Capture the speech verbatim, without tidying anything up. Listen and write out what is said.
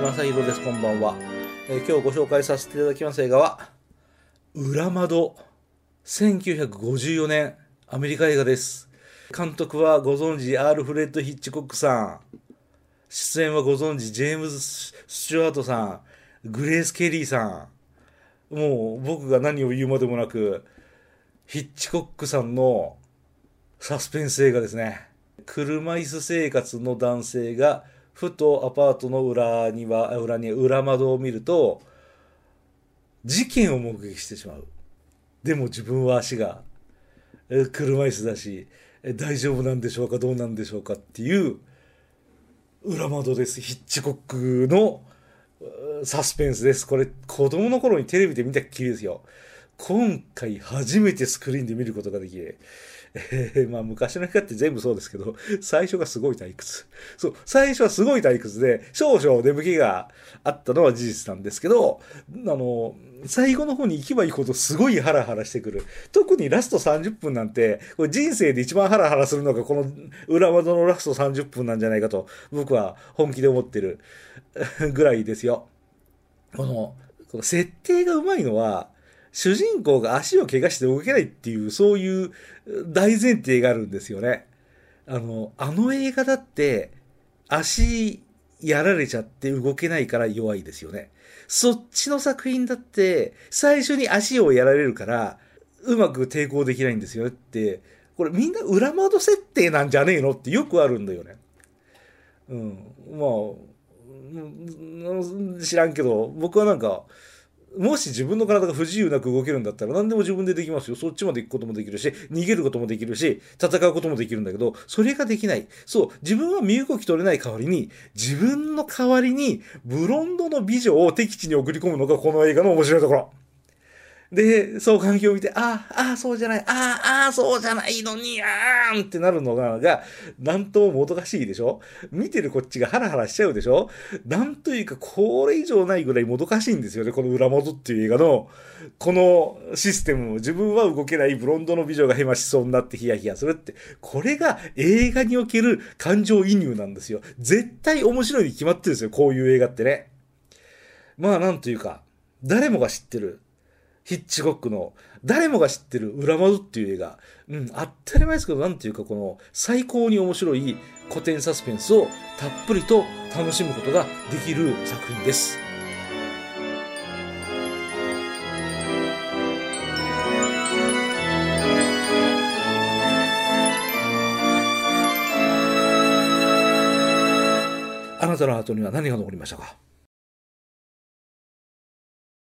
正弘です。こんばんは、えー、今日ご紹介させていただきます映画は裏窓。せんきゅうひゃくごじゅうよねんアメリカ映画です。監督はご存知アルフレッド・ヒッチコックさん、出演はご存知ジェームズ・スチュワートさん、グレース・ケリーさん。もう僕が何を言うまでもなくヒッチコックさんのサスペンス映画ですね。車椅子生活の男性がふとアパートの裏には裏に裏窓を見ると事件を目撃してしまう。でも自分は足が車椅子だし大丈夫なんでしょうか、どうなんでしょうかっていう裏窓です。ヒッチコックのサスペンスです。これ子供の頃にテレビで見たっきりですよ。今回初めてスクリーンで見ることができる。えー、まあ昔の映画って全部そうですけど、最初がすごい退屈。そう、最初はすごい退屈で、少々眠気があったのは事実なんですけど、あの、最後の方に行けば行くほどすごいハラハラしてくる。特にラストさんじゅっぷんなんて、これ人生で一番ハラハラするのがこの裏窓のラストさんじゅっぷんなんじゃないかと、僕は本気で思ってるぐらいですよ。この、この設定がうまいのは、主人公が足を怪我して動けないっていう、そういう大前提があるんですよね。あの、あの映画だって、足やられちゃって動けないから弱いですよね。そっちの作品だって、最初に足をやられるから、うまく抵抗できないんですよねって、これみんな裏窓設定なんじゃねえのってよくあるんだよね。うん。まあ、知らんけど、僕はなんか、もし自分の体が不自由なく動けるんだったら何でも自分でできますよ。そっちまで行くこともできるし、逃げることもできるし、戦うこともできるんだけど、それができない。そう、自分は身動き取れない代わりに、自分の代わりにブロンドの美女を敵地に送り込むのがこの映画の面白いところ。で、そう環境を見て、ああ、ああ、そうじゃない、ああ、ああ、そうじゃないのに、あーんってなるのが、が、なんとももどかしいでしょ。見てるこっちがハラハラしちゃうでしょ。なんというか、これ以上ないぐらいもどかしいんですよね、この裏窓っていう映画の、このシステム。自分は動けないブロンドの美女がヘマしそうになってヒヤヒヤするって、これが映画における感情移入なんですよ。絶対面白いに決まってるんですよ、こういう映画ってね。まあ、なんというか、誰もが知ってる。ヒッチコックの誰もが知ってる裏窓っていう映画。うん、当たり前ですけど、なんていうかこの最高に面白い古典サスペンスをたっぷりと楽しむことができる作品です。あなたの後には何が残りましたか？